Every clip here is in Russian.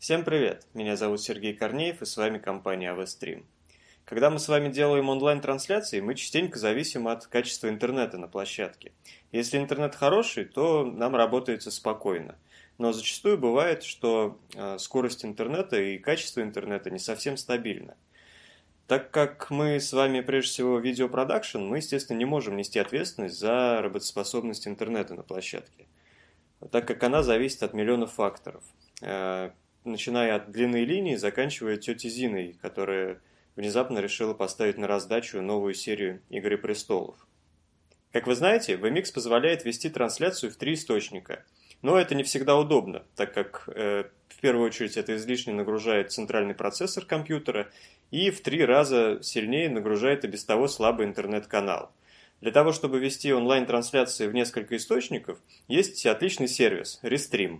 Всем привет! Меня зовут Сергей Корнеев и с вами компания AVStream. Когда мы с вами делаем онлайн-трансляции, мы частенько зависим от качества интернета на площадке. Если интернет хороший, то нам работается спокойно. Но зачастую бывает, что скорость интернета и качество интернета не совсем стабильно. Так как мы с вами прежде всего видеопродакшн, мы, естественно, не можем нести ответственность за работоспособность интернета на площадке, так как она зависит от миллионов факторов. Начиная от длины линии, заканчивая тетей Зиной, которая внезапно решила поставить на раздачу новую серию «Игры престолов». Как вы знаете, VMix позволяет вести трансляцию в 3 источника. Но это не всегда удобно, так как в первую очередь это излишне нагружает центральный процессор компьютера и в 3 раза сильнее нагружает и без того слабый интернет-канал. Для того, чтобы вести онлайн-трансляции в несколько источников, есть отличный сервис Restream.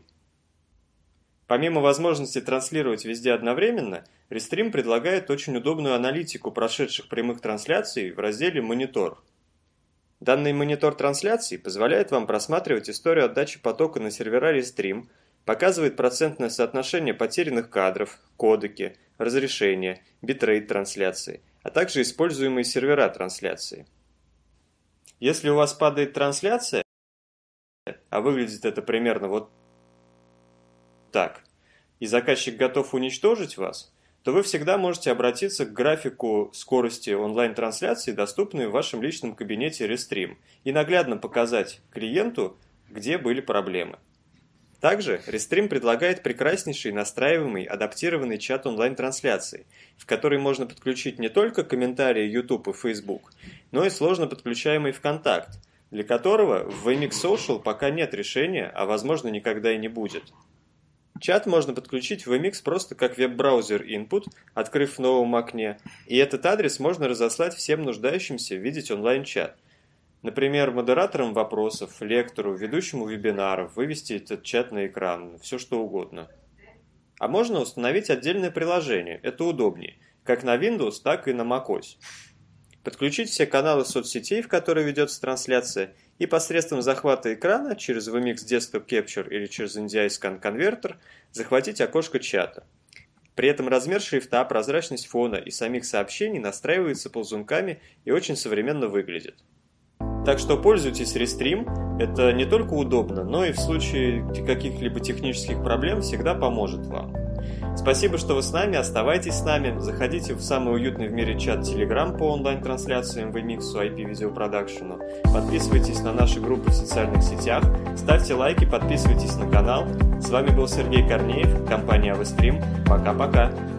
Помимо возможности транслировать везде одновременно, Restream предлагает очень удобную аналитику прошедших прямых трансляций в разделе «Монитор». Данный монитор трансляций позволяет вам просматривать историю отдачи потока на сервера Restream, показывает процентное соотношение потерянных кадров, кодеки, разрешения, битрейт трансляции, а также используемые сервера трансляции. Если у вас падает трансляция, а выглядит это примерно вот так, и заказчик готов уничтожить вас, то вы всегда можете обратиться к графику скорости онлайн-трансляции, доступной в вашем личном кабинете Restream, и наглядно показать клиенту, где были проблемы. Также Restream предлагает прекраснейший настраиваемый адаптированный чат онлайн-трансляции, в который можно подключить не только комментарии YouTube и Facebook, но и сложно подключаемый ВКонтакт, для которого в VMix Social пока нет решения, а возможно никогда и не будет. Чат можно подключить в VMix просто как веб-браузер input, открыв в новом окне, и этот адрес можно разослать всем нуждающимся видеть онлайн-чат. Например, модераторам вопросов, лектору, ведущему вебинаров, вывести этот чат на экран, все что угодно. А можно установить отдельное приложение, это удобнее, как на Windows, так и на macOS. Подключить все каналы соцсетей, в которые ведется трансляция, и посредством захвата экрана через VMix Desktop Capture или через NDI Scan Converter захватить окошко чата. При этом размер шрифта, прозрачность фона и самих сообщений настраивается ползунками и очень современно выглядит. Так что пользуйтесь Restream, это не только удобно, но и в случае каких-либо технических проблем всегда поможет вам. Спасибо, что вы с нами, оставайтесь с нами, заходите в самый уютный в мире чат Telegram по онлайн-трансляциям VMix, IP-видеопродакшену, подписывайтесь на наши группы в социальных сетях, ставьте лайки, подписывайтесь на канал. С вами был Сергей Корнеев, компания AVStream. Пока-пока!